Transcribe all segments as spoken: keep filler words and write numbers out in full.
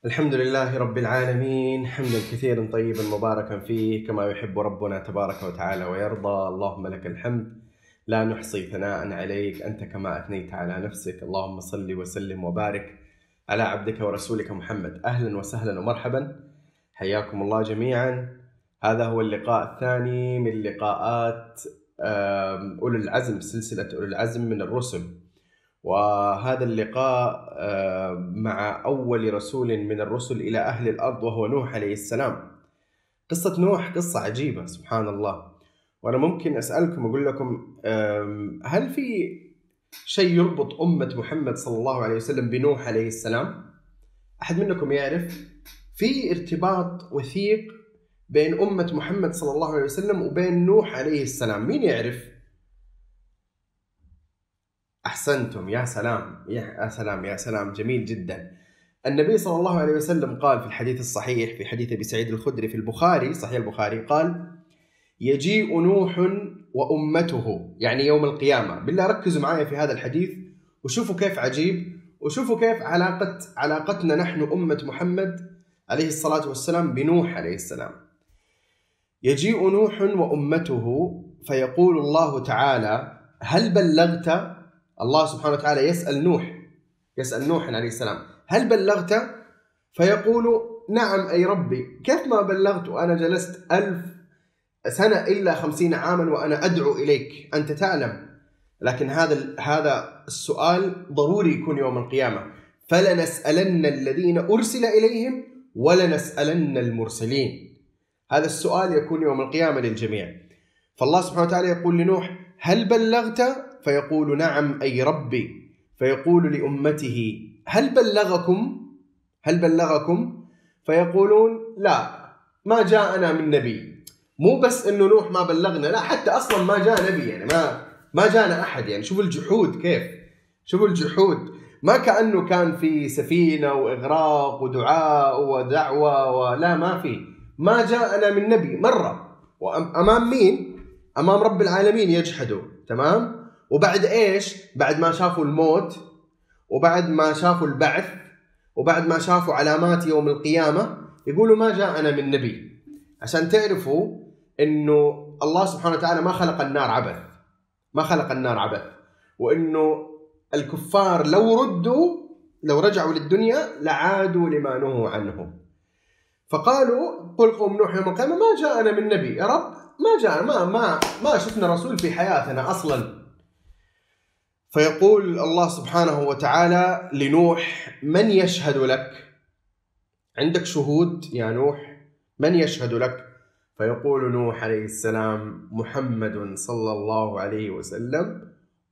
الحمد لله رب العالمين حمدا كثيرا طيبا مباركا فيه كما يحب ربنا تبارك وتعالى ويرضى. اللهم لك الحمد لا نحصي ثناء عليك أنت كما أثنيت على نفسك. اللهم صل وسلم وبارك على عبدك ورسولك محمد. أهلا وسهلا ومرحبا، حياكم الله جميعا. هذا هو اللقاء الثاني من لقاءات أولي العزم، سلسلة أولي العزم من الرسل، وهذا اللقاء مع أول رسول من الرسل إلى أهل الأرض وهو نوح عليه السلام. قصة نوح قصة عجيبة سبحان الله. وأنا ممكن أسألكم أقول لكم، هل في شيء يربط أمة محمد صلى الله عليه وسلم بنوح عليه السلام؟ أحد منكم يعرف؟ في ارتباط وثيق بين أمة محمد صلى الله عليه وسلم وبين نوح عليه السلام. مين يعرف؟ أحسنتم، يا سلام يا سلام يا سلام، جميل جدا. النبي صلى الله عليه وسلم قال في الحديث الصحيح في حديث أبي سعيد الخدري في البخاري، صحيح البخاري، قال: يجيء نوح وأمته، يعني يوم القيامة. بالله ركزوا معايا في هذا الحديث وشوفوا كيف عجيب، وشوفوا كيف علاقة علاقتنا نحن أمة محمد عليه الصلاة والسلام بنوح عليه السلام. يجيء نوح وأمته فيقول الله تعالى: هل بلغت؟ الله سبحانه وتعالى يسأل نوح يسأل نوح عليه السلام: هل بلغت؟ فيقول: نعم أي ربي. كيف ما بلغت وأنا جلست ألف سنة إلا خمسين عاما وأنا أدعو إليك، أنت تعلم. لكن هذا هذا السؤال ضروري يكون يوم القيامة. فلنسألن الذين أرسل إليهم ولنسألن المرسلين. هذا السؤال يكون يوم القيامة للجميع. فالله سبحانه وتعالى يقول لنوح: هل بلغت؟ فيقول: نعم أي ربي. فيقول لأمته: هل بلغكم؟ هل بلغكم؟ فيقولون: لا، ما جاءنا من نبي. مو بس إنه نوح ما بلغنا، لا، حتى أصلا ما جاء نبي، يعني ما ما جاءنا أحد. يعني شوفوا الجحود كيف، شوفوا الجحود. ما كأنه كان في سفينة وإغراق ودعاء ودعوة، ولا ما في، ما جاءنا من نبي مرة. وأمام مين؟ أمام رب العالمين يجحدوا. تمام؟ وبعد إيش؟ بعد ما شافوا الموت، وبعد ما شافوا البعث، وبعد ما شافوا علامات يوم القيامة، يقولوا ما جاءنا من نبي. عشان تعرفوا إنه الله سبحانه وتعالى ما خلق النار عبث، ما خلق النار عبث، وإنه الكفار لو ردوا لو رجعوا للدنيا لعادوا لما نهوا عنه. فقالوا: قل قوم نوح يوم القيامة: ما جاءنا من نبي يا رب، ما جاء ما ما ما شفنا رسول في حياتنا أصلا. فيقول الله سبحانه وتعالى لنوح: من يشهد لك؟ عندك شهود يا نوح؟ من يشهد لك؟ فيقول نوح عليه السلام: محمد صلى الله عليه وسلم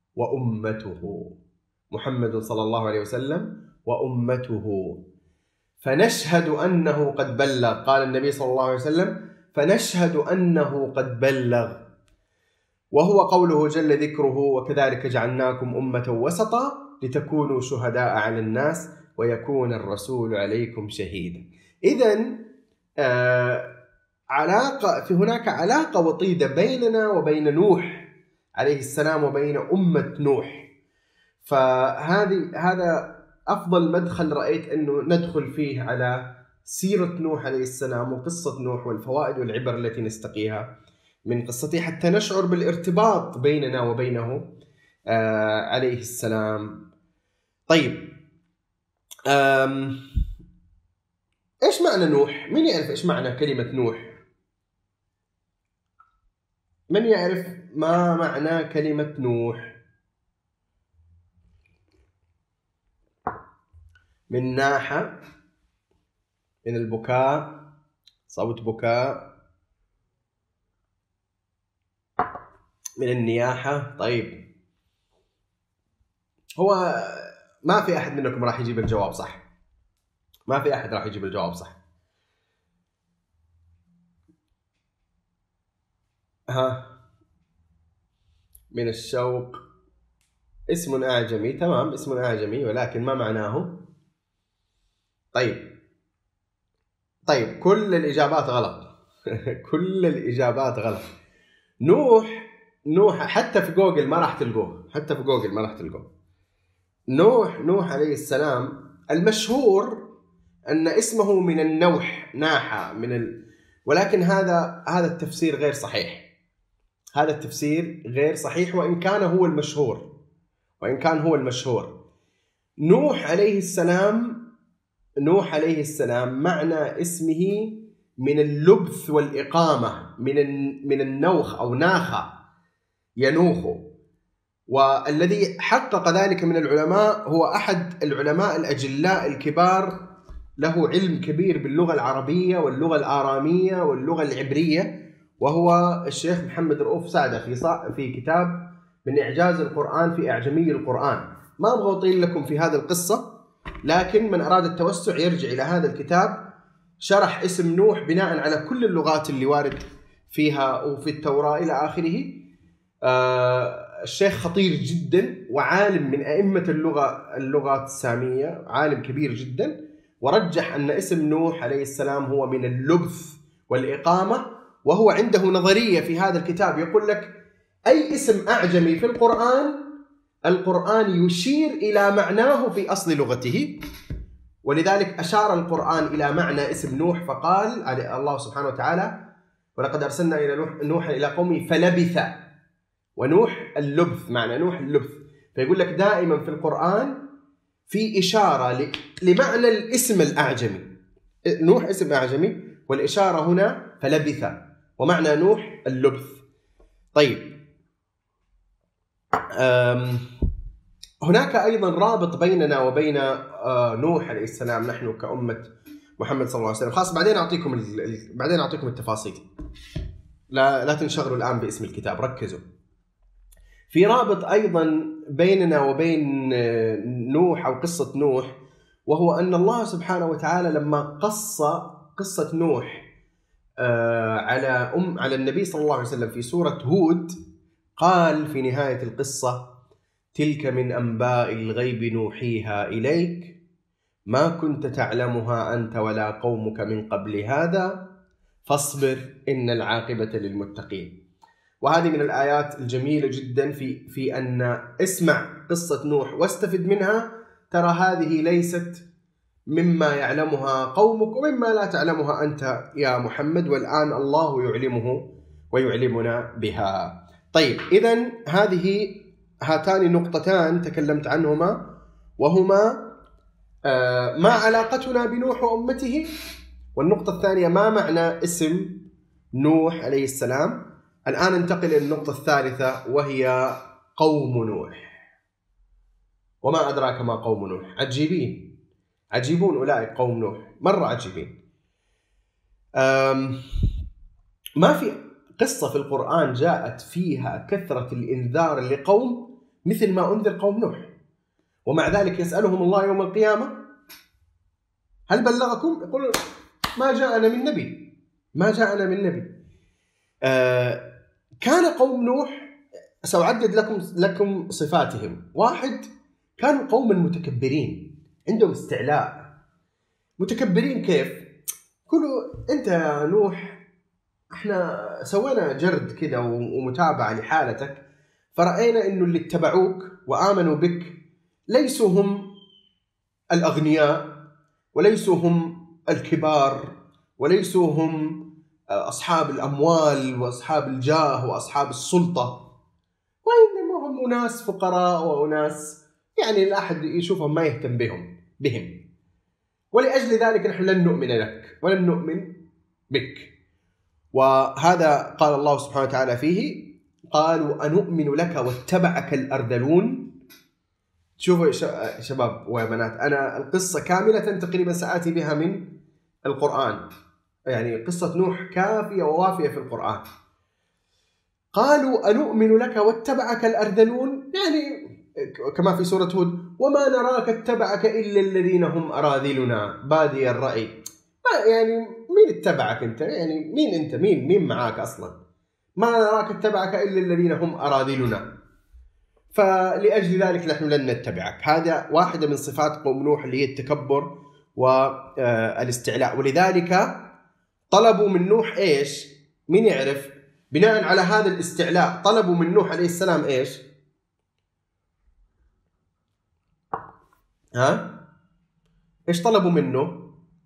وأمته. محمد صلى الله عليه وسلم وأمته. فنشهد أنه قد بلغ. قال النبي صلى الله عليه وسلم: فنشهد أنه قد بلغ. وهو قوله جل ذكره: وكذلك جعلناكم أمة وسطا لتكونوا شهداء على الناس ويكون الرسول عليكم شهيدا. إذن آه علاقة في هناك علاقة وطيدة بيننا وبين نوح عليه السلام وبين أمة نوح. فهذه هذا أفضل مدخل رأيت أنه ندخل فيه على سيرة نوح عليه السلام وقصة نوح والفوائد والعبر التي نستقيها من قصته، حتى نشعر بالارتباط بيننا وبينه آه عليه السلام. طيب، إيش معنى نوح؟ من يعرف إيش معنى كلمة نوح؟ من يعرف ما معنى كلمة نوح؟ من ناحة، من البكاء، صوت بكاء، من النياحة. طيب، هو ما في أحد منكم راح يجيب الجواب صح، ما في أحد راح يجيب الجواب صح. ها، من الشوق، اسم أعجمي. تمام، اسم أعجمي، ولكن ما معناه؟ طيب طيب كل الإجابات غلط. كل الإجابات غلط. نوح نوح حتى في جوجل ما راح تلقوه، حتى في جوجل ما راح تلقوه. نوح نوح عليه السلام المشهور أن اسمه من النوح، ناحة من ال... ولكن هذا هذا التفسير غير صحيح. هذا التفسير غير صحيح وإن كان هو المشهور، وإن كان هو المشهور. نوح عليه السلام نوح عليه السلام معنى اسمه من اللبث والإقامة، من من النوخ أو ناخة ينوخ. والذي حقق ذلك من العلماء هو أحد العلماء الأجلاء الكبار، له علم كبير باللغة العربية واللغة الآرامية واللغة العبرية، وهو الشيخ محمد رؤوف سعدة في في كتاب من إعجاز القرآن في أعجمي القرآن. ما أبغى أطيل لكم في هذه القصة، لكن من أراد التوسع يرجع إلى هذا الكتاب، شرح اسم نوح بناء على كل اللغات اللي وارد فيها وفي التوراة إلى آخره. آه الشيخ خطير جدا وعالم من أئمة اللغة اللغات السامية، عالم كبير جدا، ورجح أن اسم نوح عليه السلام هو من اللبث والإقامة. وهو عنده نظرية في هذا الكتاب يقول لك أي اسم أعجمي في القرآن، القرآن يشير إلى معناه في أصل لغته، ولذلك أشار القرآن إلى معنى اسم نوح فقال الله سبحانه وتعالى ولقد أرسلنا إلى نوح نوحا إلى قومه فلبث. ونوح اللبث، معنى نوح اللبث. فيقول لك دائما في القرآن في إشارة لمعنى الاسم الأعجمي. نوح اسم أعجمي والإشارة هنا فلبث، ومعنى نوح اللبث. طيب، هناك أيضا رابط بيننا وبين نوح عليه السلام نحن كأمة محمد صلى الله عليه وسلم، خاص بعدين أعطيكم ال... بعدين أعطيكم التفاصيل، لا لا تنشغلوا الآن باسم الكتاب، ركزوا. في رابط أيضا بيننا وبين نوح أو قصة نوح، وهو أن الله سبحانه وتعالى لما قص قصة نوح على أم على النبي صلى الله عليه وسلم في سورة هود، قال في نهاية القصة: تلك من أنباء الغيب نوحيها إليك ما كنت تعلمها أنت ولا قومك من قبل هذا فاصبر إن العاقبة للمتقين. وهذه من الآيات الجميلة جدا في في أن اسمع قصة نوح واستفد منها. ترى هذه ليست مما يعلمها قومك ومما لا تعلمها أنت يا محمد، والآن الله يعلمه ويعلمنا بها. طيب، إذن هذه هاتان نقطتان تكلمت عنهما، وهما آه ما علاقتنا بنوح وأمته، والنقطة الثانية ما معنى اسم نوح عليه السلام. الآن ننتقل إلى النقطة الثالثة وهي قوم نوح. وما أدراك ما قوم نوح؟ عجيبين، عجيبون أولئك قوم نوح، مرة عجيبين. ما في قصة في القرآن جاءت فيها كثرة الإنذار لقوم مثل ما أنذر قوم نوح، ومع ذلك يسألهم الله يوم القيامة: هل بلغكم؟ يقولون: ما جاءنا من نبي، ما جاءنا من نبي. آه كان قوم نوح، سأعدد لكم لكم صفاتهم. واحد، كانوا قوما متكبرين، عندهم استعلاء. متكبرين كيف؟ يقولوا: أنت يا نوح احنا سوينا جرد كده ومتابعة لحالتك، فرأينا إنه اللي اتبعوك وآمنوا بك ليسوا هم الأغنياء، وليسوا هم الكبار، وليسوا هم أصحاب الأموال وأصحاب الجاه وأصحاب السلطة، وإنما هم أناس فقراء وأناس يعني الأحد يشوفهم ما يهتم بهم بهم ولأجل ذلك نحن لن نؤمن لك ولن نؤمن بك. وهذا قال الله سبحانه وتعالى فيه: قالوا أنؤمن لك واتبعك الأرذلون. شوفوا يا شباب وبنات، أنا القصة كاملة تقريبا سآتي بها من القرآن، يعني قصة نوح كافية ووافية في القرآن. قالوا أنؤمن لك واتبعك الأرذلون، يعني كما في سورة هود: وما نراك اتبعك إلا الذين هم أراذلنا بادي الرأي. ما يعني مين اتبعك أنت؟ يعني مين أنت؟ مين مين معاك أصلا؟ ما نراك اتبعك إلا الذين هم أراذلنا، فلأجل ذلك نحن لن نتبعك. هذا واحدة من صفات قوم نوح اللي هي التكبر والاستعلاء. ولذلك طلبوا من نوح إيش؟ مين يعرف؟ بناء على هذا الاستعلاء طلبوا من نوح عليه السلام إيش؟ ها؟ إيش طلبوا منه؟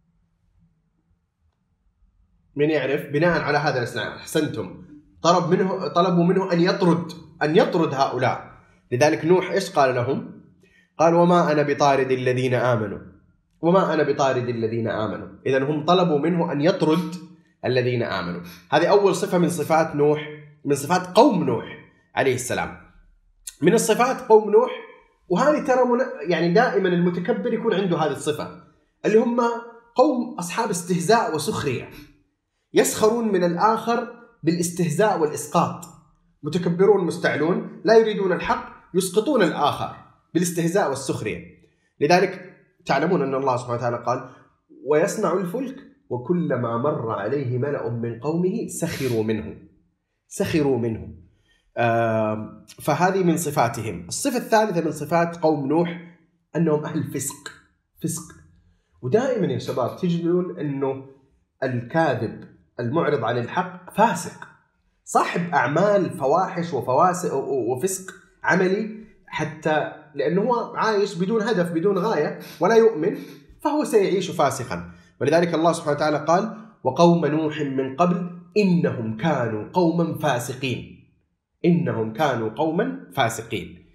من يعرف بناء على هذا الإسلام؟ أحسنتم. طلب منه طلبوا منه أن يطرد أن يطرد هؤلاء. لذلك نوح إيش قال لهم؟ قال وما أنا بطارد الذين آمنوا وما أنا بطارد الذين آمنوا. إذن هم طلبوا منه أن يطرد الذين آمنوا. هذه أول صفة من صفات نوح، من صفات قوم نوح عليه السلام. من الصفات قوم نوح، وهذه ترى يعني دائما المتكبر يكون عنده هذه الصفة، اللي هم قوم أصحاب استهزاء وسخرية، يسخرون من الآخر بالاستهزاء والإسقاط. متكبرون مستعلون لا يريدون الحق، يسقطون الآخر بالاستهزاء والسخرية. لذلك تعلمون أن الله سبحانه وتعالى قال ويصنع الفلك وكلما مر عليه ملأ من قومه سخروا منه سخروا منه آه فهذه من صفاتهم. الصفة الثالثة من صفات قوم نوح أنهم أهل فسق فسق ودائما يا شباب تجدون أنه الكاذب المعرض عن الحق فاسق، صاحب أعمال فواحش وفواسق وفسق عملي، حتى لأنه هو عايش بدون هدف بدون غاية ولا يؤمن، فهو سيعيش فاسقا. ولذلك الله سبحانه وتعالى قال وقوم نوح من قبل إنهم كانوا قوما فاسقين إنهم كانوا قوما فاسقين.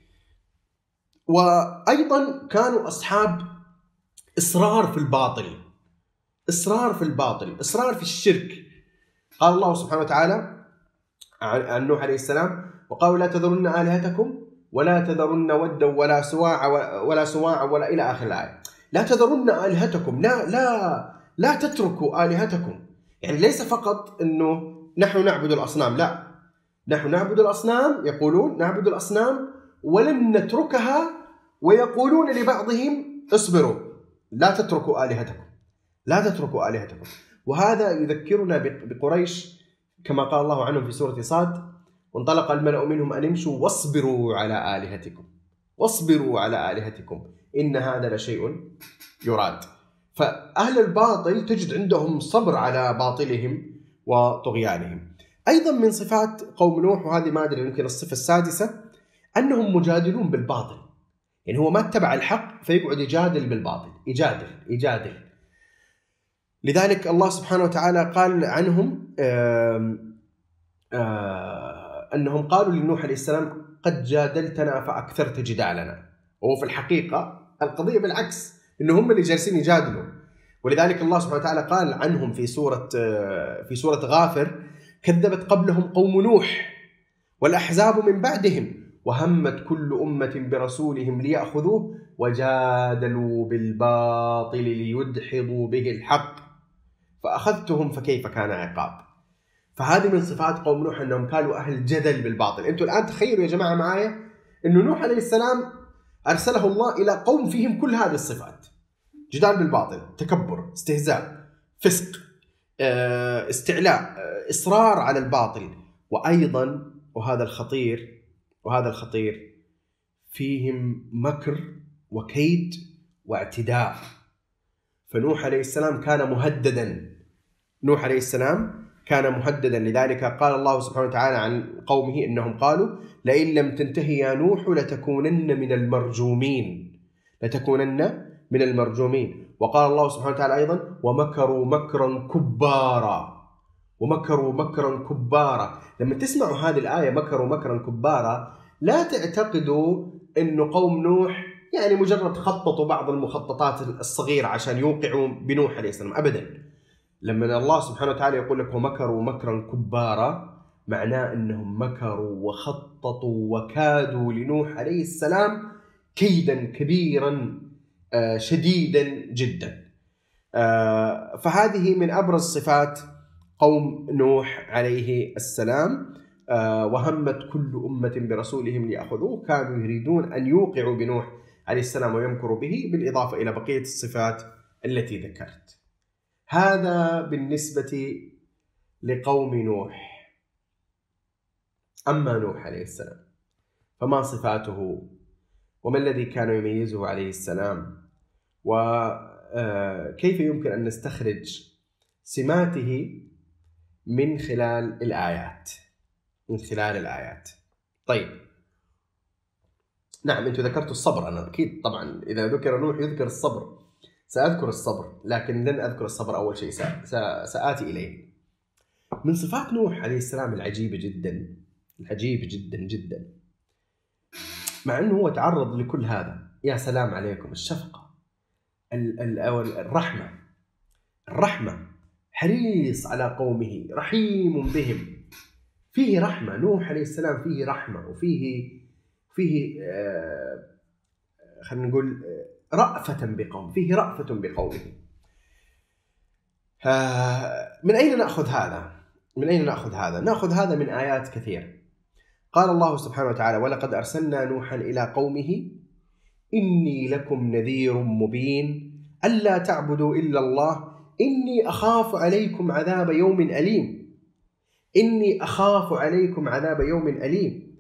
وأيضا كانوا أصحاب إصرار في الباطل إصرار في الباطل إصرار في الشرك. قال الله سبحانه وتعالى عن نوح عليه السلام وقالوا لا تذرن آلهتكم ولا تذرن ودا ولا سواع ولا سواع ولا إلى آخر الآية. لا تذرن آلهتكم، لا لا لا تتركوا آلهتكم. يعني ليس فقط إنه نحن نعبد الأصنام، لا، نحن نعبد الأصنام، يقولون نعبد الأصنام ولن نتركها، ويقولون لبعضهم اصبروا لا تتركوا آلهتكم لا تتركوا آلهتكم. وهذا يذكرنا بقريش كما قال الله عنهم في سورة صاد وانطلق الملأ منهم أن امشوا واصبروا على آلهتكم واصبروا على آلهتكم إن هذا لشيء يراد. فأهل الباطل تجد عندهم صبر على باطلهم وطغيانهم. أيضا من صفات قوم نوح، وهذه ما أدري يمكن الصفة السادسة، أنهم مجادلون بالباطل. يعني هو ما اتبع الحق فيقعد يجادل بالباطل، يجادل يجادل. لذلك الله سبحانه وتعالى قال عنهم آم آم أنهم قالوا لنوح عليه السلام قد جادلتنا فأكثرت جدالنا. وهو في الحقيقة القضية بالعكس، إنه هم اللي جالسين يجادلوا. ولذلك الله سبحانه وتعالى قال عنهم في سورة في سورة غافر كذبت قبلهم قوم نوح والأحزاب من بعدهم وهمت كل أمة برسولهم ليأخذوه وجادلوا بالباطل ليدحضوا به الحق فأخذتهم فكيف كان عقاب. فهذه من صفات قوم نوح أنهم كانوا أهل جدل بالباطل. أنتوا الآن تخيلوا يا جماعة معايا أنه نوح عليه السلام أرسله الله إلى قوم فيهم كل هذه الصفات: جدال بالباطل، تكبر، استهزاء، فسق، استعلاء، إصرار على الباطل. وأيضا وهذا الخطير وهذا الخطير فيهم مكر وكيد واعتداء. فنوح عليه السلام كان مهددا نوح عليه السلام كان مهددا. لذلك قال الله سبحانه وتعالى عن قومه إنهم قالوا لئن لم تنتهي يا نوح لتكونن من المرجومين لتكونن من المرجومين. وقال الله سبحانه وتعالى أيضا ومكروا مكرا كبارا ومكروا مكرا كبارا. لما تسمعوا هذه الآية مكروا مكرا كبارا لا تعتقدوا إنه قوم نوح يعني مجرد خططوا بعض المخططات الصغيرة عشان يوقعوا بنوح عليه السلام، أبدا. لما الله سبحانه وتعالى يقول لك ومكروا مكرا كبارا معناه أنهم مكروا وخططوا وكادوا لنوح عليه السلام كيدا كبيرا شديدا جدا. فهذه من أبرز صفات قوم نوح عليه السلام. وهمت كل أمة برسولهم ليأخذوه، كانوا يريدون أن يوقعوا بنوح عليه السلام ويمكروا به، بالإضافة إلى بقية الصفات التي ذكرت. هذا بالنسبة لقوم نوح. أما نوح عليه السلام فما صفاته وما الذي كان يميزه عليه السلام، وكيف يمكن أن نستخرج سماته من خلال الآيات من خلال الآيات طيب، نعم أنتم ذكرتوا الصبر. أنا أكيد طبعا إذا ذكر نوح يذكر الصبر، سأذكر الصبر، لكن لن أذكر الصبر أول شيء، سآتي إليه. من صفات نوح عليه السلام العجيبة جدا، العجيبة جدا جدا، مع أنه هو تعرض لكل هذا، يا سلام عليكم، الشفقة، الرحمة، الرحمة، حريص على قومه، رحيم بهم، فيه رحمة. نوح عليه السلام فيه رحمة، وفيه فيه آه خلينا نقول آه رأفة بقوم، فيه رأفة بقومه. آه من أين نأخذ هذا؟ من أين نأخذ هذا؟ نأخذ هذا من آيات كثيرة. قال الله سبحانه وتعالى: ولقد أرسلنا نوحا إلى قومه إني لكم نذير مبين ألا تعبدوا إلا الله إني أخاف عليكم عذاب يوم أليم. إني أخاف عليكم عذاب يوم أليم.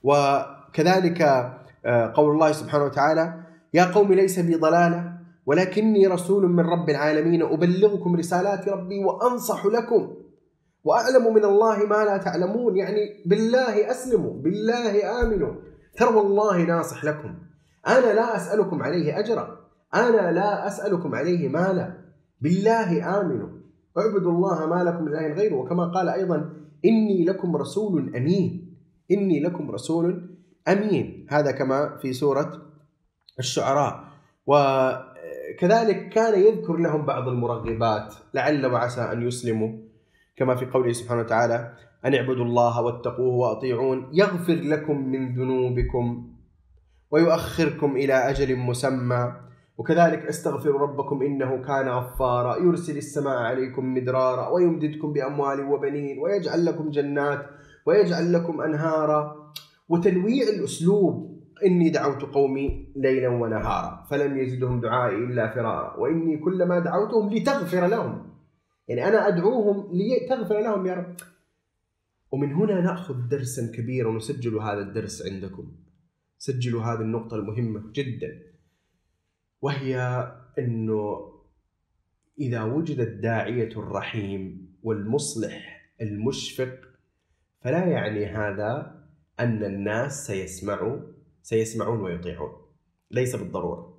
وكذلك قول الله سبحانه وتعالى: يا قوم ليس بي ضلالة ولكني رسول من رب العالمين أبلغكم رسالات ربي وأنصح لكم وأعلم من الله ما لا تعلمون. يعني بالله أسلموا، بالله آمنوا، ترى والله ناصح لكم، أنا لا أسألكم عليه أجرا، أنا لا أسألكم عليه مالا، بالله آمنوا، اعبدوا الله ما لكم من إله غيره. وكما قال أيضا: إني لكم رسول أمين، إني لكم رسول أمين، هذا كما في سورة الشعراء. وكذلك كان يذكر لهم بعض المرغبات لعل وعسى أن يسلموا، كما في قوله سبحانه وتعالى: أن اعبدوا الله واتقوه وأطيعون يغفر لكم من ذنوبكم ويؤخركم إلى أجل مسمى، وكذلك استغفروا ربكم إنه كان غفارا يرسل السماء عليكم مدرارا ويمددكم بأموال وبنين ويجعل لكم جنات ويجعل لكم أنهارا. وتنويع الأسلوب: إني دعوت قومي ليلا ونهارا فلم يزدهم دعائي إلا فرارا وإني كلما دعوتهم لتغفر لهم، يعني أنا أدعوهم لتغفر لهم يا رب. ومن هنا نأخذ درسا كبيرا ونسجل هذا الدرس عندكم، سجلوا هذه النقطة المهمة جدا، وهي أنه إذا وجد الداعية الرحيم والمصلح المشفق فلا يعني هذا أن الناس سيسمعوا سيسمعون ويطيعون، ليس بالضرورة،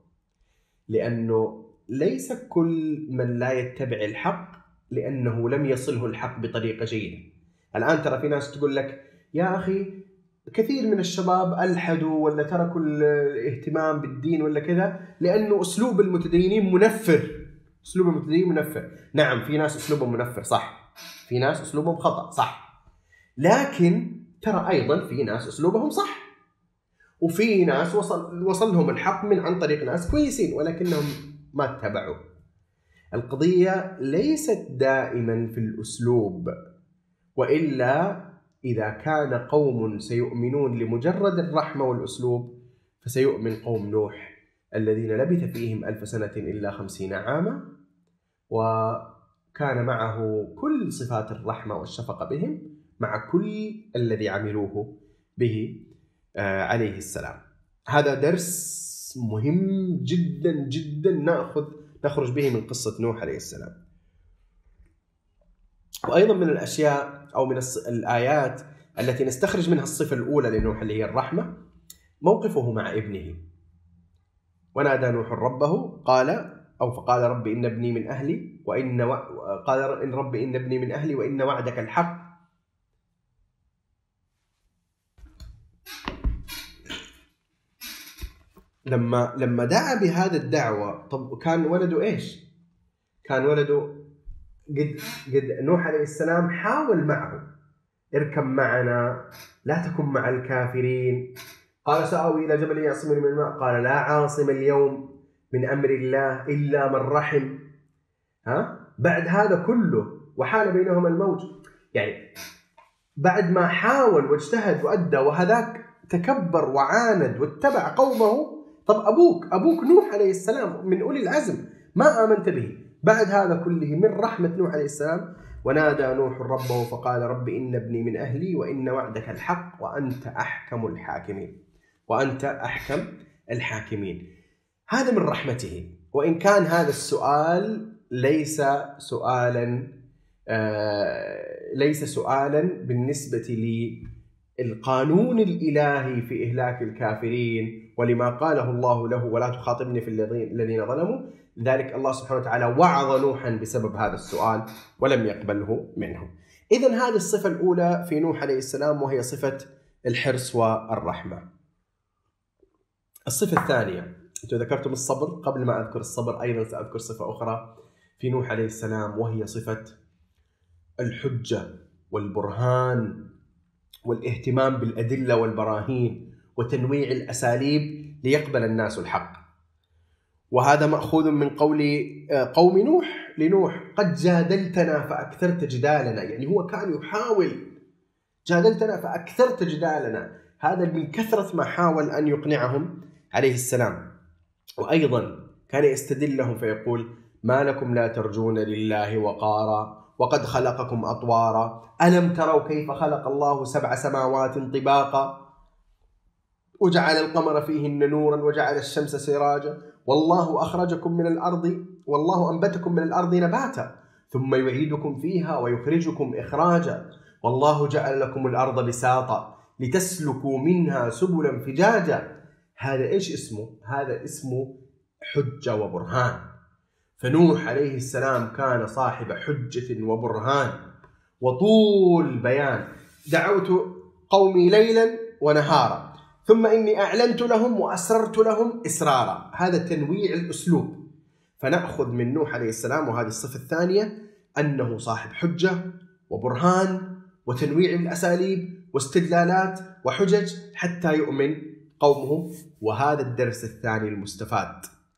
لأنه ليس كل من لا يتبع الحق لأنه لم يصله الحق بطريقة جيدة. الآن ترى في ناس تقول لك: يا أخي كثير من الشباب ألحدوا ولا تركوا الاهتمام بالدين ولا كذا لأنه أسلوب المتدينين منفر. أسلوب المتدينين منفر، نعم في ناس أسلوبهم منفر صح، في ناس أسلوبهم خطأ صح، لكن ترى أيضا في ناس أسلوبهم صح، وفي ناس وصل وصلهم الحق من عن طريق ناس كويسين ولكنهم ما اتبعوا. القضية ليست دائما في الأسلوب، وإلا إذا كان قوم سيؤمنون لمجرد الرحمة والأسلوب فسيؤمن قوم نوح الذين لبث فيهم ألف سنة إلا خمسين عاما، وكان معه كل صفات الرحمة والشفقة بهم مع كل الذي عملوه به عليه السلام. هذا درس مهم جدا جدا نأخذ نخرج به من قصة نوح عليه السلام. وأيضا من الأشياء أو من الآيات التي نستخرج منها الصفة الأولى لنوح اللي هي الرحمة، موقفه مع ابنه. ونادى نوح ربه قال أو فقال: رب إن ابني من أهلي وإن و... قال إن رب إن ابني من أهلي وإن وعدك الحق. لما لما دعا بهذا الدعوة، طب كان ولده إيش؟ كان ولده قد قد نوح عليه السلام حاول معه: اركب معنا لا تكن مع الكافرين. قال: سآوي إلى جبل يعصمني من الماء. قال: لا عاصم اليوم من أمر الله إلا من رحم. ها بعد هذا كله وحال بينهما الموج، يعني بعد ما حاول واجتهد وأدى وهذاك تكبر وعاند واتبع قومه. طب أبوك أبوك نوح عليه السلام من أولي العزم ما آمنت به. بعد هذا كله من رحمة نوح عليه السلام: ونادى نوح ربه فقال: رب إن ابني من أهلي وإن وعدك الحق وأنت أحكم الحاكمين وأنت أحكم الحاكمين. هذا من رحمته. وإن كان هذا السؤال ليس سؤالا آه ليس سؤالا بالنسبة للقانون الإلهي في إهلاك الكافرين ولما قاله الله له: ولا تخاطبني في الذين ظلموا. ذلك الله سبحانه وتعالى وعظ نوحا بسبب هذا السؤال ولم يقبله منه. إذن هذه الصفة الأولى في نوح عليه السلام، وهي صفة الحرص والرحمة. الصفة الثانية، أنتم ذكرتم الصبر، قبل ما أذكر الصبر أيضا سأذكر صفة أخرى في نوح عليه السلام، وهي صفة الحجة والبرهان والاهتمام بالأدلة والبراهين وتنويع الأساليب ليقبل الناس الحق. وهذا مأخوذ من قول قوم نوح لنوح: قد جادلتنا فأكثرت جدالنا. يعني هو كان يحاول، جادلتنا فأكثرت جدالنا، هذا من كثرة ما حاول أن يقنعهم عليه السلام. وأيضا كان يستدل لهم فيقول: ما لكم لا ترجون لله وقارا وقد خلقكم أطوارا ألم تروا كيف خلق الله سبع سماوات طباقا وجعل القمر فيهن نورا وجعل الشمس سراجا والله أخرجكم من الأرض والله أنبتكم من الأرض نباتا ثم يعيدكم فيها ويخرجكم إخراجا والله جعل لكم الأرض بساطا لتسلكوا منها سبلا فجاجا. هذا إيش اسمه؟ هذا اسمه حجة وبرهان. فنوح عليه السلام كان صاحب حجة وبرهان وطول بيان. دعوت قومي ليلا ونهارا ثم إني أعلنت لهم وأسررت لهم إسرارا. هذا تنويع الأسلوب. فنأخذ من نوح عليه السلام، وهذه الصفة الثانية، أنه صاحب حجة وبرهان وتنويع الأساليب واستدلالات وحجج حتى يؤمن قومه. وهذا الدرس الثاني المستفاد،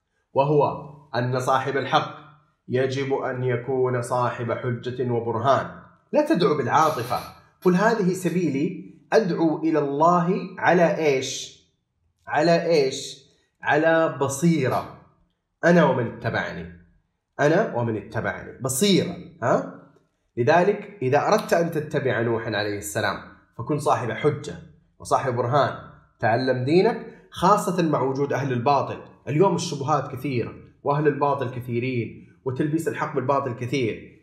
وهو أن صاحب الحق يجب أن يكون صاحب حجة وبرهان. لا تدعو بالعاطفة، قل هذه سبيلي أدعو إلى الله على إيش؟ على إيش؟ على بصيرة، أنا ومن اتبعني، أنا ومن اتبعني بصيرة. ها؟ لذلك إذا أردت أن تتبع نوحا عليه السلام فكن صاحب حجة وصاحب برهان. تعلم دينك، خاصة مع وجود أهل الباطل. اليوم الشبهات كثيرة وأهل الباطل كثيرين وتلبيس الحق بالباطل كثير.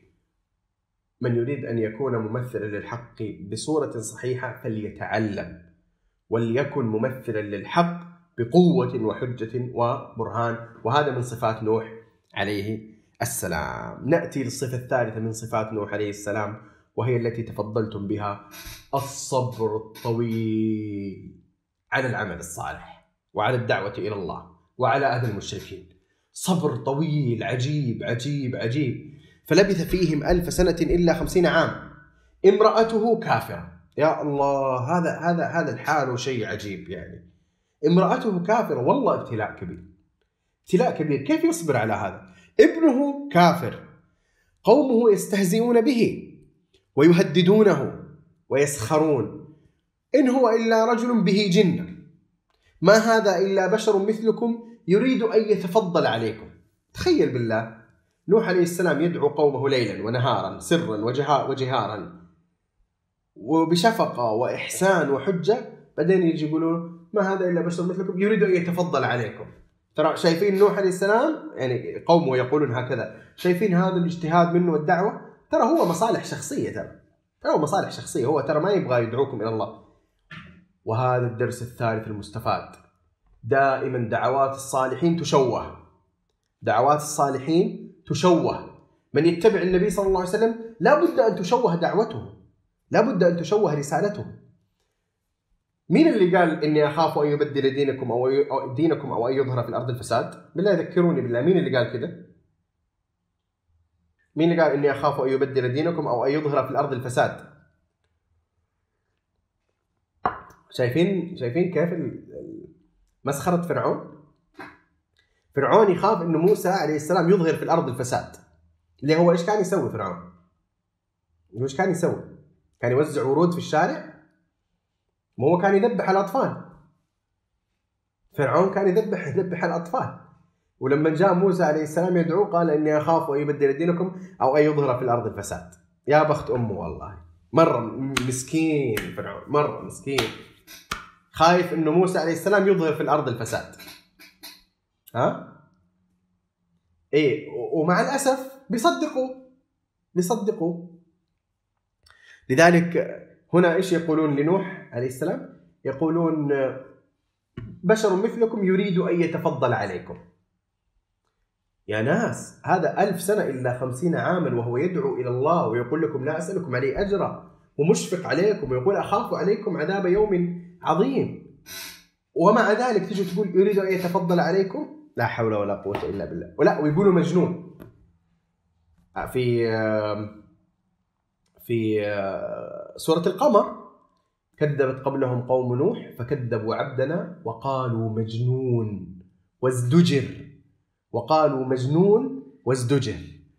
من يريد أن يكون ممثلا للحق بصورة صحيحة فليتعلم، وليكن ممثلا للحق بقوة وحجة وبرهان. وهذا من صفات نوح عليه السلام. نأتي للصفة الثالثة من صفات نوح عليه السلام، وهي التي تفضلتم بها: الصبر الطويل على العمل الصالح وعلى الدعوة إلى الله وعلى أذى المشركين. صبر طويل عجيب عجيب عجيب. فلبث فيهم ألف سنة إلا خمسين عام. امرأته كافرة. يا الله، هذا هذا هذا الحال شيء عجيب. يعني امرأته كافرة، والله ابتلاء كبير، ابتلاء كبير. كيف يصبر على هذا؟ ابنه كافر، قومه يستهزئون به ويهددونه ويسخرون. إن هو إلا رجل به جنة، ما هذا إلا بشر مثلكم يريد أن يتفضل عليكم. تخيل بالله، نوح عليه السلام يدعو قومه ليلا ونهارا سرا وجهارا وبشفقة وإحسان وحجة، بعدين يجي يقولون ما هذا إلا بشر مثلكم يريد أن يتفضل عليكم. ترى شايفين نوح عليه السلام، يعني قومه يقولون هكذا، شايفين هذا الاجتهاد منه والدعوة؟ ترى هو مصالح شخصية، ترى ترى هو مصالح شخصية، هو ترى ما يبغى يدعوكم إلى الله. وهذا الدرس الثالث المستفاد: دائما دعوات الصالحين تشوه، دعوات الصالحين تشوه. من يتبع النبي صلى الله عليه وسلم لا بد أن تشوه دعوته، لا بد أن تشوه رسالته. مين اللي قال إني أخاف أن يبدل دينكم أو دينكم أو أن يظهر في الأرض الفساد؟ بالله ذكروني بالله، مين اللي قال كده؟ مين اللي قال إني أخاف أن يبدل دينكم أو أن يظهر في الأرض الفساد؟ شايفين شايفين كيف مسخرة فرعون؟ فرعون يخاف إنه موسى عليه السلام يظهر في الأرض الفساد. اللي هو إيش كان يسوي فرعون؟ إيش كان يسوي؟ كان يوزع ورود في الشارع؟ ما هو كان يذبح الأطفال. فرعون كان يذبح يذبح الأطفال. ولما جاء موسى عليه السلام يدعو قال إني أخاف أن يبدل دينكم أو أن يظهر في الأرض الفساد. يا بخت أمه والله، مرة مسكين فرعون، مرة مسكين، خايف إنه موسى عليه السلام يظهر في الأرض الفساد. ها؟ إيه، ومع الأسف بيصدقوا بيصدقوا لذلك هنا إيش يقولون لنوح عليه السلام؟ يقولون بشر مثلكم يريد أن يتفضل عليكم. يا ناس هذا ألف سنة إلا خمسين عاما وهو يدعو إلى الله ويقول لكم لا أسألكم عليه أجرا ومشفق عليكم ويقول أخاف عليكم عذاب يوم عظيم، ومع ذلك تجي تقول يريد أن يتفضل عليكم. لا حول ولا قوة إلا بالله. ولا ويقولوا مجنون. في في سورة القمر كذبت قبلهم قوم نوح فكذبوا عبدنا وقالوا مجنون وازدجر، وقالوا مجنون وازدجر.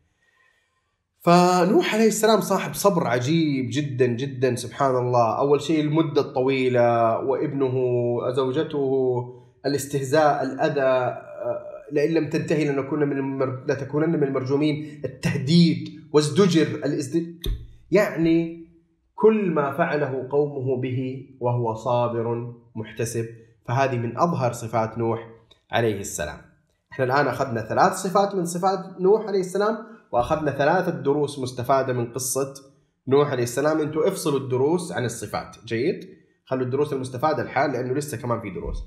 فنوح عليه السلام صاحب صبر عجيب جدا جدا سبحان الله. أول شيء المدة الطويلة، وابنه زوجته الاستهزاء الأذى، لئن لم تنتهي لنكون من المر... لتكونن من المرجومين، التهديد وازدجر الازد... يعني كل ما فعله قومه به وهو صابر محتسب. فهذه من أظهر صفات نوح عليه السلام. احنا الآن أخذنا ثلاث صفات من صفات نوح عليه السلام، وأخذنا ثلاثة دروس مستفادة من قصة نوح عليه السلام. انتوا افصلوا الدروس عن الصفات، جيد؟ خلوا الدروس المستفادة الحال لأنه لسه كمان في دروس.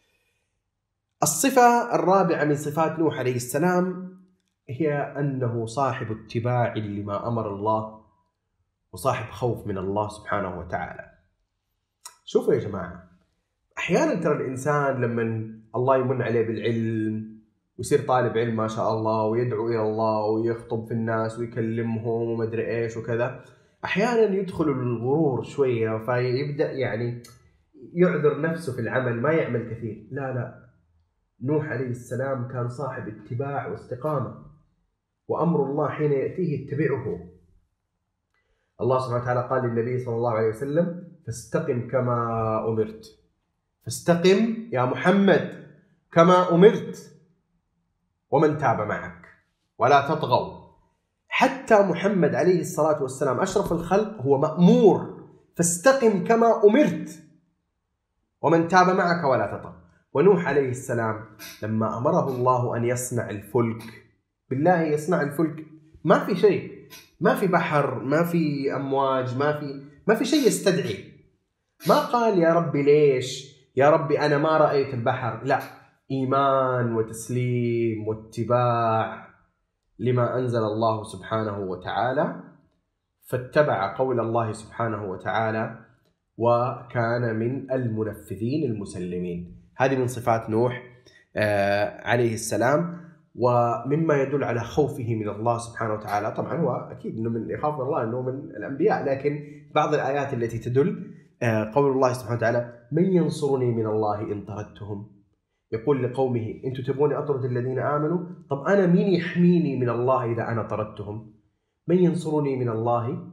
الصفة الرابعة من صفات نوح عليه السلام هي أنه صاحب اتباع لما أمر الله وصاحب خوف من الله سبحانه وتعالى. شوفوا يا جماعة، أحيانا ترى الإنسان لما الله يمن عليه بالعلم ويصير طالب علم ما شاء الله ويدعو إلى الله ويخطب في الناس ويكلمهم ومدري إيش وكذا، أحيانا يدخل الغرور شوية فيبدأ يعني يعذر نفسه في العمل، ما يعمل كثير. لا لا، نوح عليه السلام كان صاحب اتباع واستقامة، وأمر الله حين يأتيه اتبعه. الله سبحانه وتعالى قال للنبي صلى الله عليه وسلم فاستقم كما أمرت، فاستقم يا محمد كما أمرت ومن تاب معك ولا تطغوا. حتى محمد عليه الصلاة والسلام أشرف الخلق هو مأمور فاستقم كما أمرت ومن تاب معك ولا تطغوا. ونوح عليه السلام لما أمره الله أن يصنع الفلك، بالله يصنع الفلك، ما في شيء، ما في بحر، ما في أمواج، ما في ما في شيء يستدعي. ما قال يا ربي ليش، يا ربي أنا ما رأيت البحر، لا، إيمان وتسليم واتباع لما أنزل الله سبحانه وتعالى، فاتبع قول الله سبحانه وتعالى وكان من المنفذين المسلمين. هذه من صفات نوح آه عليه السلام، ومما يدل على خوفه من الله سبحانه وتعالى. طبعا هو أكيد أنه من يخاف من الله أنه من الأنبياء، لكن بعض الآيات التي تدل آه قول الله سبحانه وتعالى من ينصرني من الله إن طردتهم، يقول لقومه أنتم تبغوني أطرد الذين آمنوا، طب أنا مين يحميني من الله إذا أنا طردتهم؟ من ينصرني من الله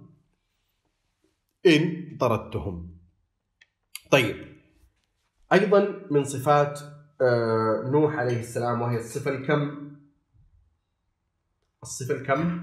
إن طردتهم. طيب، أيضا من صفات نوح عليه السلام وهي الصفة الكم الصفة الكم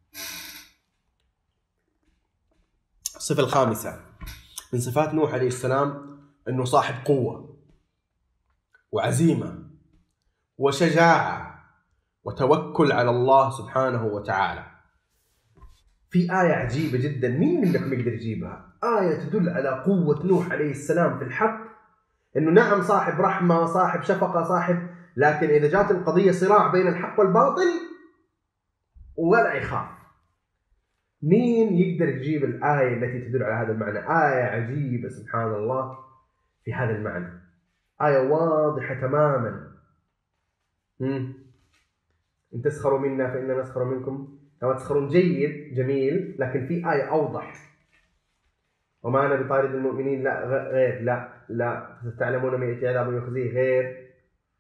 الصفة الخامسة من صفات نوح عليه السلام أنه صاحب قوة وعزيمة وشجاعة وتوكل على الله سبحانه وتعالى. في آية عجيبة جدا، مين منكم يقدر يجيبها؟ آية تدل على قوة نوح عليه السلام في الحق، إنه نعم صاحب رحمة، صاحب شفقة، صاحب، لكن إذا جات القضية صراع بين الحق والباطل ولا يخاف. مين يقدر يجيب الآية التي تدل على هذا المعنى؟ آية عجيبة سبحان الله في هذا المعنى، آية واضحة تماما. مم. إن تسخروا منا فإننا نسخر منكم كما تسخرون، جيد جميل، لكن في آية أوضح، وما أنا بطارد المؤمنين، لا غير، لا لا ستعلمون من يأتي عذاب يخزيه، غير.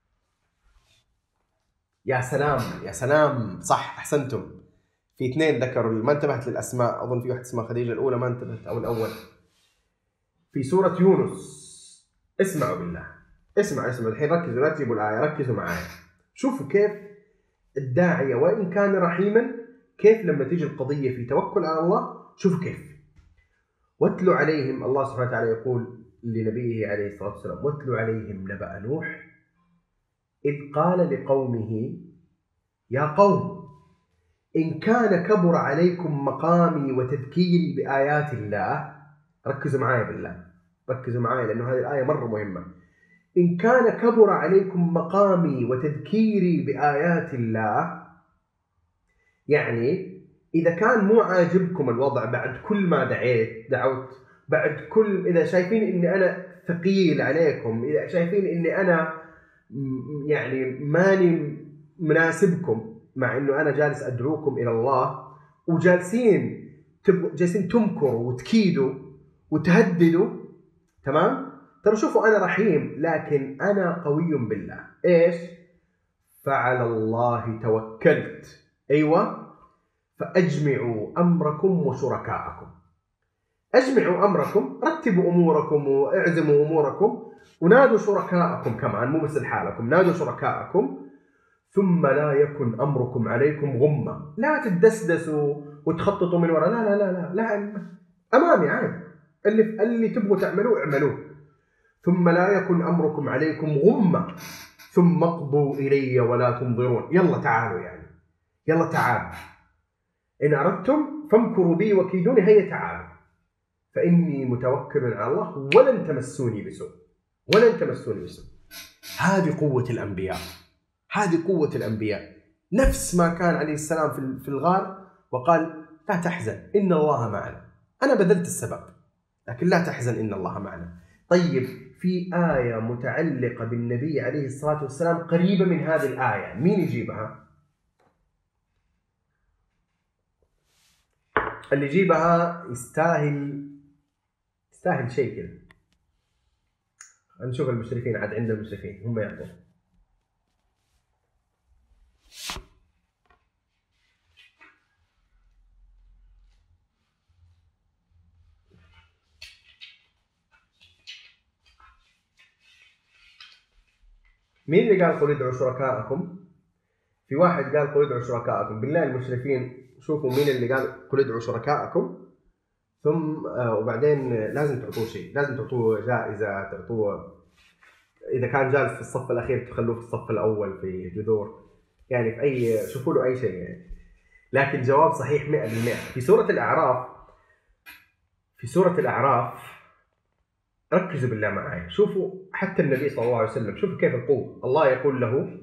يا سلام يا سلام، صح، أحسنتم. في اثنين ذكروا، ما انتبهت للأسماء، أظن في واحد اسمها خديجة الأولى ما انتبهت، أو الأول في سورة يونس. اسمعوا بالله، اسمع اسمع الحين، ركزوا، لا تجيبوا الآية، ركزوا معايا. شوفوا كيف الداعية وإن كان رحيما، كيف لما تيجي القضية في توكل على الله، شوفوا كيف. واتلوا عليهم، الله سبحانه وتعالى يقول لنبيه عليه الصلاة والسلام واتلوا عليهم نبأ نوح إذ قال لقومه يا قوم إن كان كبر عليكم مقامي وتذكيري بآيات الله. ركزوا معايا بالله، ركزوا معايا لأنه هذه الآية مرة مهمة. إن كان كبر عليكم مقامي وتذكيري بآيات الله، يعني إذا كان مو عاجبكم الوضع بعد كل ما دعيت دعوت، بعد كل إذا شايفين إني أنا ثقيل عليكم، إذا شايفين إني أنا يعني ماني مناسبكم، مع إنه أنا جالس أدعوكم إلى الله وجالسين تبقوا جالسين تمكروا وتكيدوا وتهددوا، تمام؟ ترى شوفوا أنا رحيم لكن أنا قوي بالله. إيش؟ فعلى الله توكلت. أيوة، فأجمعوا أمركم وشركاءكم. أجمعوا أمركم، رتبوا أموركم واعزموا أموركم، ونادوا شركاءكم كمان، مو بس لحالكم، نادوا شركاءكم، ثم لا يكن أمركم عليكم غمة. لا تدسدسوا وتخططوا من وراء، لا لا لا لا, لا. أمامي عادي، اللي, اللي تبغوا تعملوه اعملوه. ثم لا يكن أمركم عليكم غمة ثم اقضوا إلي ولا تنظرون. يلا تعالوا، يعني يلا تعالوا، إن أردتم فامكروا بي وكيدوني، هيا تعالوا، فإني متوكل على الله ولن تمسوني بسوء، ولن تمسوني بسوء. هذه قوة الأنبياء، هذه قوة الأنبياء. نفس ما كان عليه السلام في الغار وقال لا تحزن إن الله معنا. أنا بذلت السبب لكن لا تحزن إن الله معنا. طيب، في آية متعلقة بالنبي عليه الصلاة والسلام قريبة من هذه الآية، مين يجيبها؟ اللي يجيبها يستاهل يستاهل شيء كذا. نشوف المشرفين، عاد عند المشرفين هم يعطوا. مين اللي قال قل ادعوا شركاءكم؟ في واحد قال قل ادعوا شركاءكم. بالله المشرفين شوفوا مين اللي قال قل ادعوا شركاءكم، ثم آه وبعدين لازم تعطوه شيء، لازم تعطوه جائزة، تعطوه إذا كان جالس في الصف الأخير تخلوه في الصف الأول في جذور، يعني في أي شوفوا له أي شيء يعني. لكن جواب صحيح مئة بالمئة. في سورة الأعراف، في سورة الأعراف ركزوا بالله معي، شوفوا حتى النبي صلى الله عليه وسلم، شوفوا كيف القوة. الله يقول له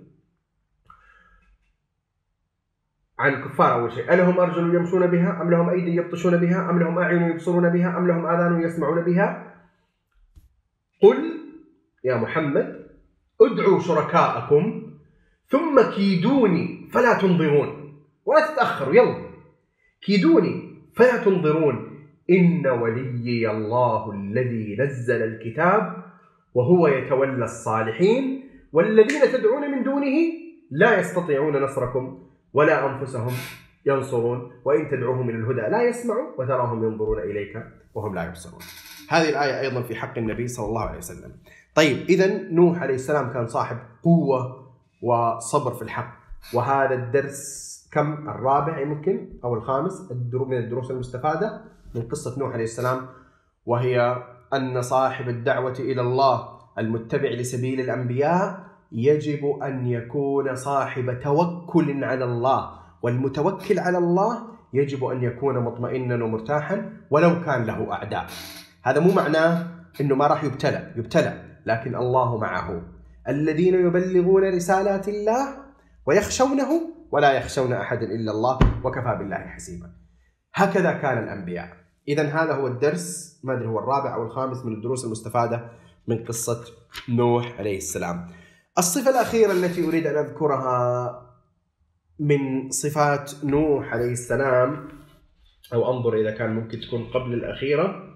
عن الكفار أول شيء: ألهم أرجل يمشون بها أم لهم أيدي يبطشون بها أم لهم أعين يبصرون بها أم لهم آذان يسمعون بها. قل يا محمد ادعوا شركاءكم ثم كيدوني فلا تنظرون، ولا تتأخروا، يلا كيدوني فلا تنظرون، إن وليي الله الذي نزل الكتاب وهو يتولى الصالحين والذين تدعون من دونه لا يستطيعون نصركم ولا أنفسهم ينصرون وإن تدعوهم إلى الهدى لا يسمعوا وتراهم ينظرون إليك وهم لا يبصرون. هذه الآية أيضا في حق النبي صلى الله عليه وسلم. طيب، إذن نوح عليه السلام كان صاحب قوة وصبر في الحق. وهذا الدرس كم؟ الرابع يمكن أو الخامس من الدروس المستفادة من قصة نوح عليه السلام، وهي أن صاحب الدعوة إلى الله المتبع لسبيل الأنبياء يجب أن يكون صاحب توكل على الله، والمتوكل على الله يجب أن يكون مطمئنا ومرتاحا ولو كان له أعداء. هذا مو معناه أنه ما راح يبتلى، يبتلى لكن الله معه. الذين يبلغون رسالات الله ويخشونه ولا يخشون أحدا إلا الله وكفى بالله حسيبا. هكذا كان الأنبياء. إذن هذا هو الدرس، ما أدري هو الرابع أو الخامس من الدروس المستفادة من قصة نوح عليه السلام. الصفة الأخيرة التي أريد أن أذكرها من صفات نوح عليه السلام، أو أنظر إذا كان ممكن تكون قبل الأخيرة،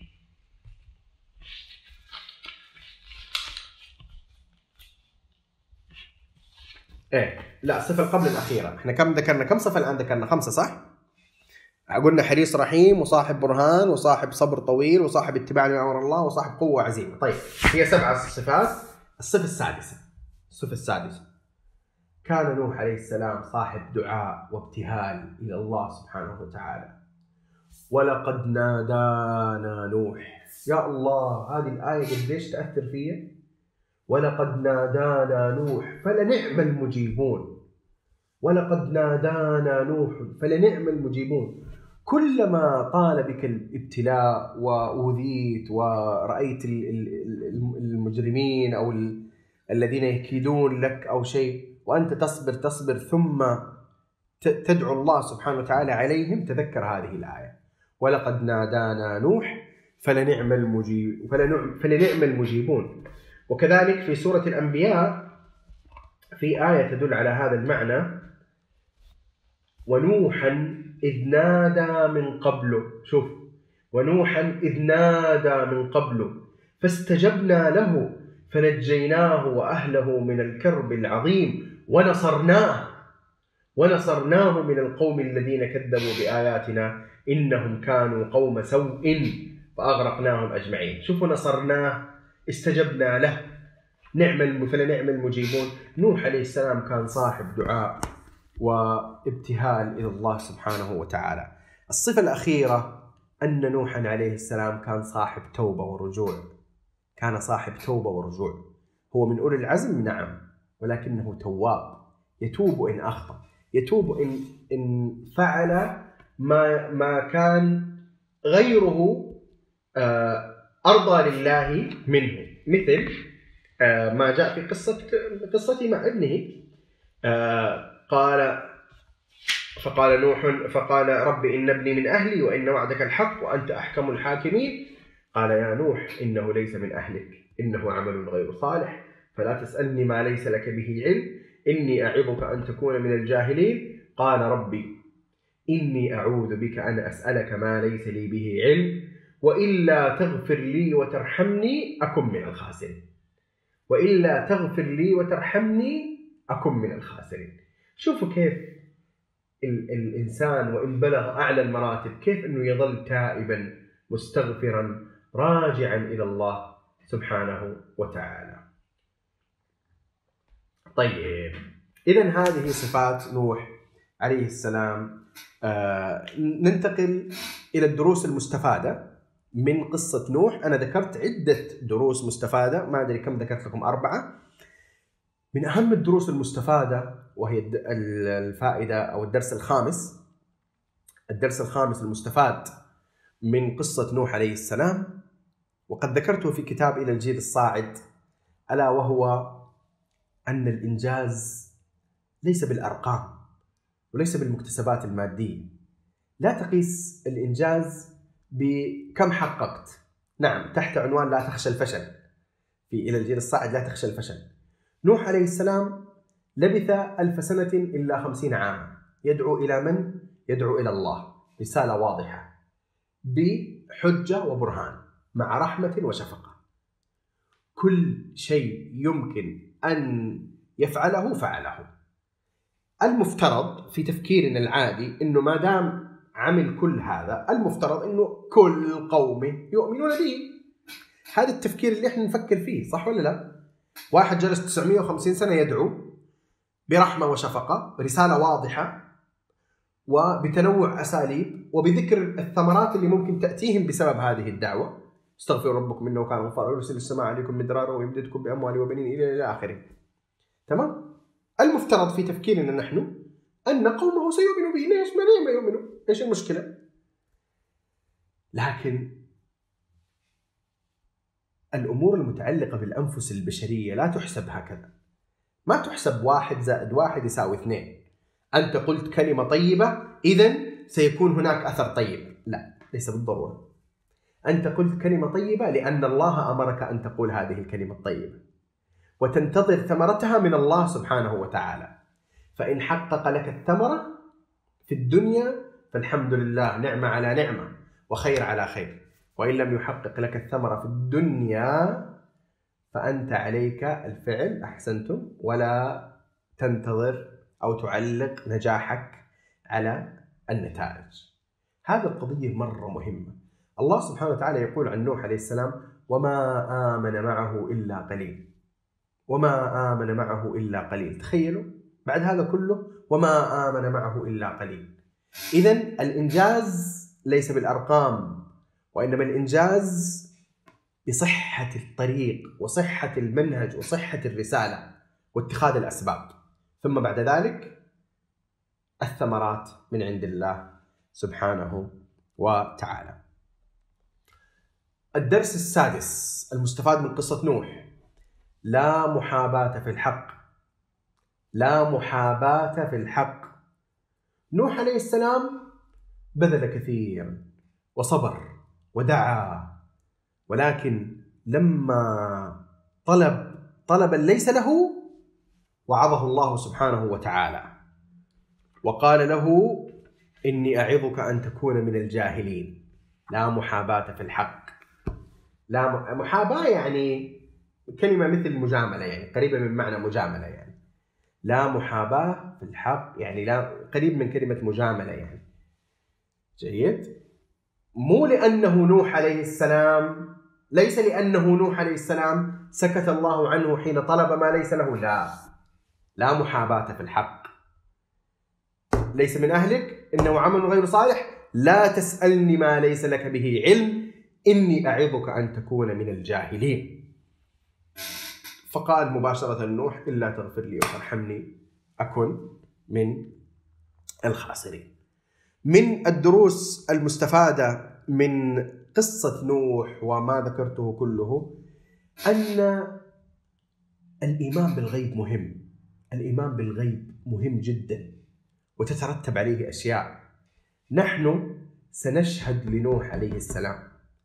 إيه لا الصفة قبل الأخيرة. إحنا كم ذكرنا؟ كم صفة الآن ذكرنا؟ خمسة صح؟ قلنا حريص رحيم وصاحب برهان وصاحب صبر طويل وصاحب اتباع لأمر الله وصاحب قوة عزيمة. طيب، هي سبعة صفات. الصفة السادسة، الصفة السادسة كان نوح عليه السلام صاحب دعاء وابتهال إلى الله سبحانه وتعالى. ولقد نادانا نوح. يا الله، هذه الآية قديش تأثر فيها. ولقد نادانا نوح فلنعم المجيبون. ولقد نادانا نوح فلنعم المجيبون. كلما طال بك الابتلاء وأوذيت ورأيت المجرمين أو الذين يكيدون لك أو شيء وأنت تصبر تصبر ثم تدعو الله سبحانه وتعالى عليهم، تذكر هذه الآية: ولقد نادانا نوح فلنعم المجيب فلنعم المجيبون. وكذلك في سورة الأنبياء في آية تدل على هذا المعنى: ونوحا إذ نادى من قبله. شوف، ونوحا إذ نادى من قبله فاستجبنا له فنجيناه وأهله من الكرب العظيم ونصرناه ونصرناه من القوم الذين كذبوا بآياتنا إنهم كانوا قوم سوء فأغرقناهم أجمعين. شوفوا، نصرناه، استجبنا له، نعم فلنعم المجيبون. نوح عليه السلام كان صاحب دعاء وابتهال إلى الله سبحانه وتعالى. الصفة الأخيرة أن نوحا عليه السلام كان صاحب توبة ورجوع، كان صاحب توبة ورجوع. هو من أولي العزم نعم، ولكنه تواب، يتوب إن أخطأ، يتوب إن, إن فعل ما, ما كان غيره أرضى لله منه، مثل ما جاء في قصة قصتي مع ابنه. قال فقال نوح فقال رب إن ابني من أهلي وإن وعدك الحق وأنت أحكم الحاكمين. قال يا نوح إنه ليس من أهلك إنه عمل غير صالح فلا تسألني ما ليس لك به علم إني أعظك أن تكون من الجاهلين. قال ربي إني أعوذ بك أن أسألك ما ليس لي به علم وإلا تغفر لي وترحمني أكن من الخاسرين وإلا تغفر لي وترحمني أكن من الخاسرين. شوفوا كيف الإنسان وإن بلغ أعلى المراتب كيف أنه يظل تائبا مستغفرا راجعا إلى الله سبحانه وتعالى. طيب، إذن هذه صفات نوح عليه السلام. آه ننتقل إلى الدروس المستفادة من قصة نوح. أنا ذكرت عدة دروس مستفادة، ما أدري كم ذكرت لكم، أربعة. من أهم الدروس المستفادة وهي الفائدة أو الدرس الخامس الدرس الخامس المستفاد من قصة نوح عليه السلام، وقد ذكرته في كتاب إلى الجيل الصاعد، ألا وهو أن الإنجاز ليس بالأرقام وليس بالمكتسبات المادية. لا تقيس الإنجاز بكم حققت. نعم، تحت عنوان لا تخشى الفشل في إلى الجيل الصاعد، لا تخشى الفشل. نوح عليه السلام لبث ألف سنة إلا خمسين عاما يدعو إلى من؟ يدعو إلى الله، رسالة واضحة بحجة وبرهان مع رحمة وشفقة. كل شيء يمكن أن يفعله فعله. المفترض في تفكيرنا العادي أنه ما دام عمل كل هذا المفترض أنه كل قومه يؤمنون به. هذا التفكير اللي احنا نفكر فيه، صح ولا لا؟ واحد جلس تسعمائة وخمسين سنة يدعو برحمة وشفقة، رسالة واضحة وبتنوع أساليب وبذكر الثمرات اللي ممكن تأتيهم بسبب هذه الدعوة. استغفروا ربكم إنه كان غفارا يرسل السماء عليكم مدرارا ويمددكم بأموال وبنين إلى آخره. تمام؟ المفترض في تفكيرنا نحن أن قومه سيؤمنوا به. ليش ما يؤمنوا؟ إيش المشكلة؟ لكن الأمور المتعلقة بالأنفس البشرية لا تحسب هكذا. ما تحسب واحد زائد واحد يساوي اثنين. أنت قلت كلمة طيبة إذن سيكون هناك أثر طيب. لا، ليس بالضرورة. أنت قلت كلمة طيبة لأن الله أمرك أن تقول هذه الكلمة الطيبة وتنتظر ثمرتها من الله سبحانه وتعالى. فإن حقق لك الثمرة في الدنيا فالحمد لله، نعمة على نعمة وخير على خير. وإن لم يحقق لك الثمرة في الدنيا فأنت عليك الفعل، أحسنتم، ولا تنتظر أو تعلق نجاحك على النتائج. هذه القضية مرة مهمة. الله سبحانه وتعالى يقول عن نوح عليه السلام: وما آمن معه إلا قليل. وما آمن معه إلا قليل. تخيلوا بعد هذا كله وما آمن معه إلا قليل. إذن الإنجاز ليس بالأرقام، وإنما الإنجاز بصحة الطريق وصحة المنهج وصحة الرسالة واتخاذ الأسباب، ثم بعد ذلك الثمرات من عند الله سبحانه وتعالى. الدرس السادس المستفاد من قصة نوح: لا محاباة في الحق. لا محاباة في الحق. نوح عليه السلام بذل كثيرا وصبر ودعا، ولكن لما طلب طلبا ليس له وعظه الله سبحانه وتعالى وقال له: إني أعظك أن تكون من الجاهلين. لا محاباة في الحق. لا محاباة يعني كلمة مثل مجاملة، يعني قريبة من معنى مجاملة. يعني لا محاباة في الحق يعني لا قريب من كلمة مجاملة يعني. جيد. مو لأنه نوح عليه السلام، ليس لأنه نوح عليه السلام سكت الله عنه حين طلب ما ليس له. لا لا محاباة في الحق. ليس من أهلك إنه عمل غير صالح، لا تسألني ما ليس لك به علم، إني أعظك أن تكون من الجاهلين. فقال مباشرة نوح: إلا تغفر لي وترحمني أكن من الخاسرين. من الدروس المستفادة من قصة نوح وما ذكرته كله أن الإيمان بالغيب مهم. الإيمان بالغيب مهم جدا وتترتب عليه أشياء. نحن سنشهد لنوح عليه السلام،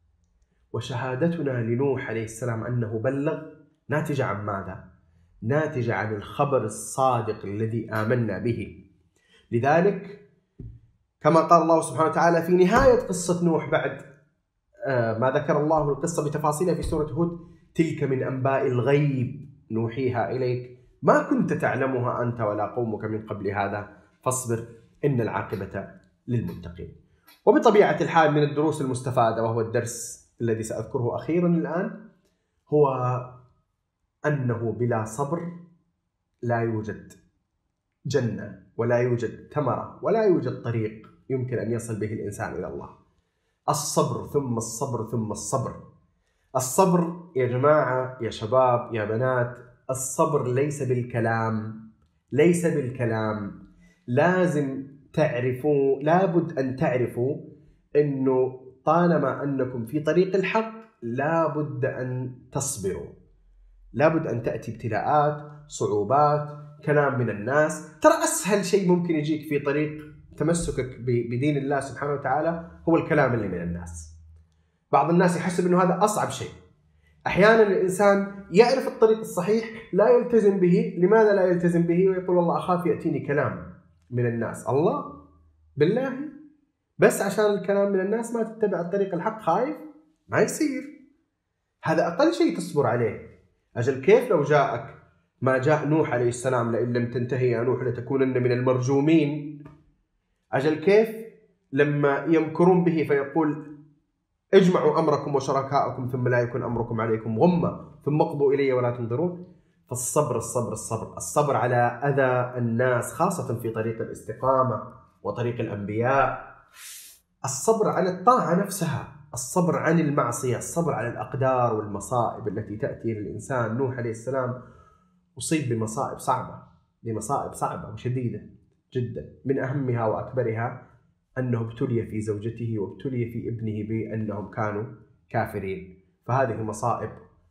وشهادتنا لنوح عليه السلام أنه بلغ ناتجة عن ماذا؟ ناتجة عن الخبر الصادق الذي آمنا به. لذلك كما قال الله سبحانه وتعالى في نهاية قصة نوح بعد ما ذكر الله القصة بتفاصيلها في سورة هود: تلك من أنباء الغيب نوحيها إليك ما كنت تعلمها أنت ولا قومك من قبل هذا فاصبر إن العاقبة للمتقين. وبطبيعة الحال من الدروس المستفادة، وهو الدرس الذي سأذكره أخيرا الآن، هو أنه بلا صبر لا يوجد جنة ولا يوجد ثمرة ولا يوجد طريق يمكن أن يصل به الإنسان إلى الله. الصبر ثم الصبر ثم الصبر. الصبر يا جماعة يا شباب يا بنات، الصبر ليس بالكلام، ليس بالكلام. لازم تعرفوا، لابد أن تعرفوا أنه طالما أنكم في طريق الحق لابد أن تصبروا. لابد أن تأتي ابتلاءات، صعوبات، كلام من الناس. ترى أسهل شيء ممكن يجيك في طريق تمسكك بدين الله سبحانه وتعالى هو الكلام اللي من الناس. بعض الناس يحسب أنه هذا أصعب شيء. أحيانا الإنسان يعرف الطريق الصحيح لا يلتزم به. لماذا لا يلتزم به؟ ويقول والله أخاف يأتيني كلام من الناس. الله بالله، بس عشان الكلام من الناس ما تتبع الطريق الحق؟ خايف؟ ما يصير. هذا أقل شيء تصبر عليه. أجل كيف لو جاءك ما جاء نوح عليه السلام: لئن لم تنتهي يا نوح لتكونن من المرجومين. أجل كيف لما يمكرون به فيقول: اجمعوا أمركم وشركاءكم ثم لا يكون أمركم عليكم غمة ثم اقضوا إلي ولا تنظرون. فالصبر الصبر الصبر الصبر على أذى الناس، خاصة في طريق الاستقامة وطريق الأنبياء. الصبر على الطاعة نفسها، الصبر عن المعصية، الصبر على الأقدار والمصائب التي تأتي للإنسان. نوح عليه السلام أصيب بمصائب صعبة، بمصائب صعبة وشديدة جدا. من أهمها وأكبرها أنه ابتلي في زوجته وابتلي في ابنه بأنهم كانوا كافرين. فهذه مصائب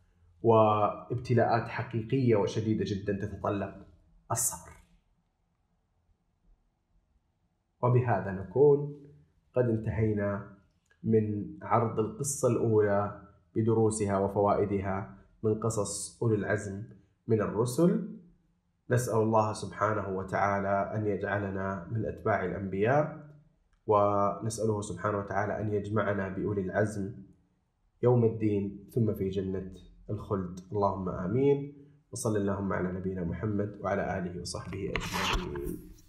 وابتلاءات حقيقية وشديدة جدا تتطلب الصبر. وبهذا نكون قد انتهينا من عرض القصة الأولى بدروسها وفوائدها من قصص أولي العزم من الرسل. نسأل الله سبحانه وتعالى أن يجعلنا من أتباع الأنبياء، ونسأله سبحانه وتعالى أن يجمعنا بأولي العزم يوم الدين ثم في جنة الخلد. اللهم آمين. وصلى اللهم على نبينا محمد وعلى آله وصحبه أجمعين.